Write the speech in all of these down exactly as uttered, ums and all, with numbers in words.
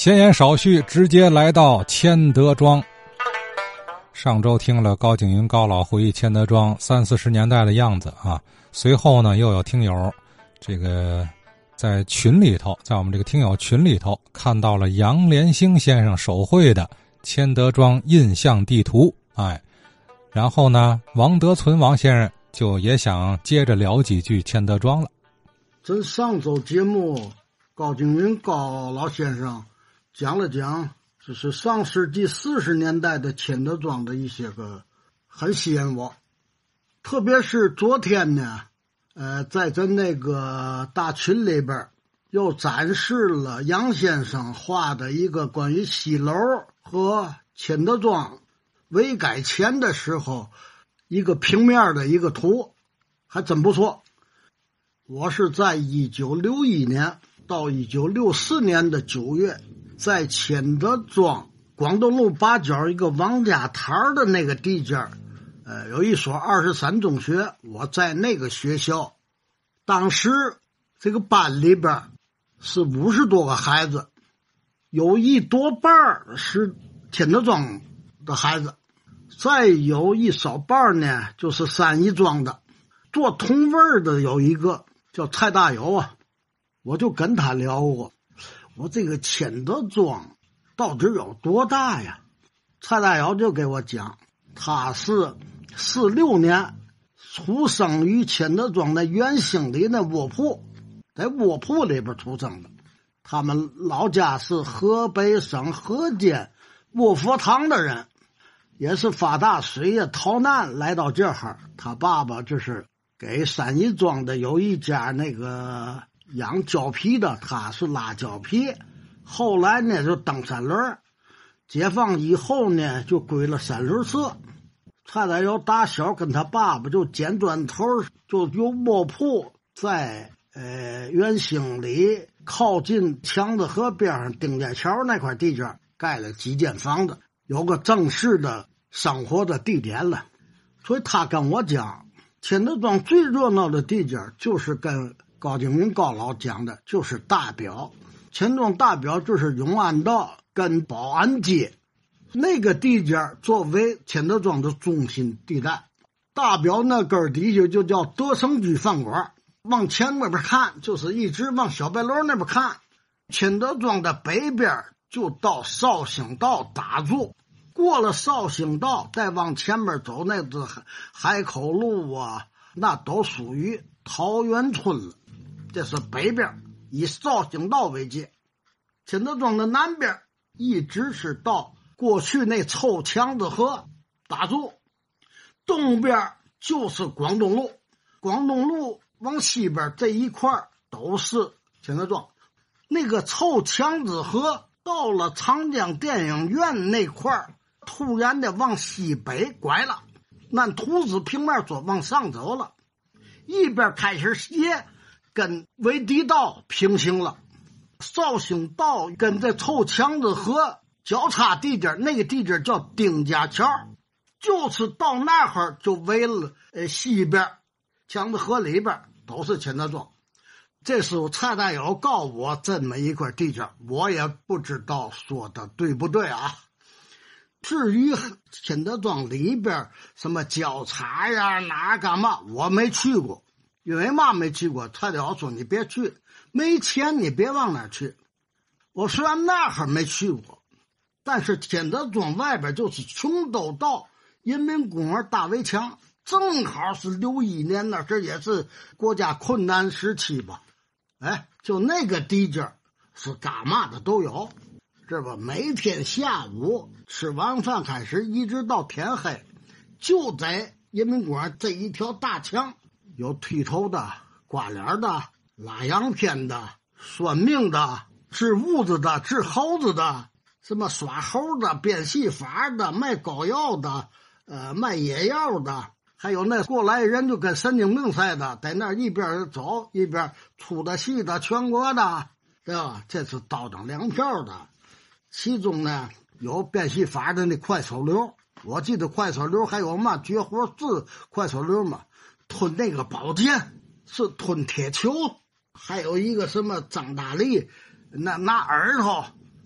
闲言少叙，直接来到千德庄。上周听了高景云高老回忆千德庄三四十年代的样子啊，随后呢又有听友这个在群里头，在我们这个听友群里头看到了杨连兴先生手绘的千德庄印象地图，哎，然后呢王德存王先生就也想接着聊几句千德庄了。 这上周节目高景云高老先生讲了讲这是上世纪四十年代的千德庄的一些个很吸引我，特别是昨天呢呃，在咱那个大群里边又展示了杨先生画的一个关于西楼和千德庄维改前的时候一个平面的一个图，还真不错。我是在一九六一年到一九六四年的九月，在千德庄广东路八角一个王家台的那个地界，呃，有一所二十三中学，我在那个学校，当时这个班里边是五十多个孩子，有一多半是千德庄的孩子，再有一少半呢就是三义庄的。做同味的有一个叫蔡大友啊，我就跟他聊过，我这个千德庄到底有多大呀？蔡大友就给我讲，他是四六年出生于千德庄的元兴里那卧铺，在卧铺里边出生的。他们老家是河北省河间卧佛堂的人，也是发大水呀逃难来到这儿。他爸爸就是给三义庄的有一家那个养胶皮的，他是拉胶皮，后来呢就蹬三轮，解放以后呢就归了三轮社。蔡大友打小跟他爸爸就捡砖头，就有卧铺在呃元兴里靠近强子河边上丁家桥那块地界盖了几间房子，有个正式的生活的地点了。所以他跟我讲，千德庄最热闹的地界就是跟高景云高老讲的，就是大表。千德庄大表就是永安道跟保安街那个地界作为千德庄的中心地带。大表那根底下就叫德胜居饭馆，往前那边看就是一直往小白楼那边看，千德庄的北边就到绍兴道打住，过了绍兴道再往前面走，那是海口路啊，那都属于桃源村了。这是北边以绍兴道为界。千德庄的南边一直是到过去那臭强子河打住，东边就是广东路，广东路往西边这一块都是千德庄。那个臭强子河到了长江电影院那块突然的往西北拐了，那图纸平面说往上走了，一边开始斜跟围堤道平行了。绍兴道跟这臭强子河交叉地界，那个地界叫丁家桥，就是到那儿就围了呃西边强子河里边都是千德庄。这是我蔡大友告我这么一块地界，我也不知道说的对不对啊。至于千德庄里边什么交叉呀哪干嘛，我没去过。因为嘛没去过，蔡大友说你别去，没钱你别往那儿去。我虽然那儿没去过，但是千德庄外边就是琼州道人民公园大围墙，正好是六一年那这也是国家困难时期吧。哎，就那个地界是干嘛的都有，这不每天下午吃完饭开始一直到天黑，就在人民公园这一条大墙，有剃头的、刮脸的、拉洋片的、算命的、治痦子的、治猴子的，什么耍猴的、变戏法的、卖膏药的、呃卖野药的，还有那过来人就跟神经病似的，在那一边走一边出的戏的、全国的，对吧？这是倒腾粮票的。其中呢有变戏法的那快手流，我记得快手流还有嘛绝活字快手流嘛，吞那个宝剑是吞铁球，还有一个什么张大力那拿耳朵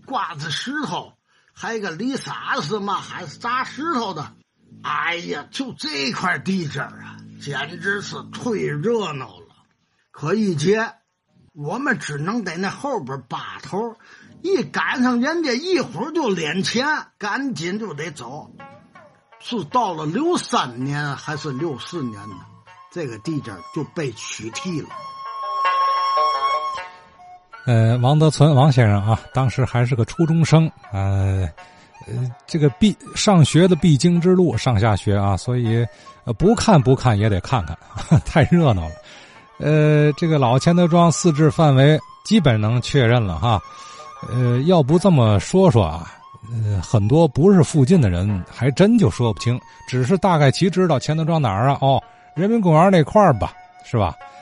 刮子石头，还有个犁沙是嘛，还是砸石头的。哎呀，就这块地界儿啊，简直是忒热闹了。可以解，我们只能在那后边把头，一赶上人家一会儿就敛钱，赶紧就得走。是到了六三年还是六四年呢？这个地界就被取缔了。 呃，王德存王先生啊，当时还是个初中生，呃，呃，这个必上学的必经之路，上下学啊，所以呃不看不看也得看看，呵呵太热闹了。呃，这个老钱德庄四治范围基本能确认了哈。呃，要不这么说说啊，呃，很多不是附近的人还真就说不清，只是大概其知道钱德庄哪儿啊？哦，人民公园那块儿吧，是吧？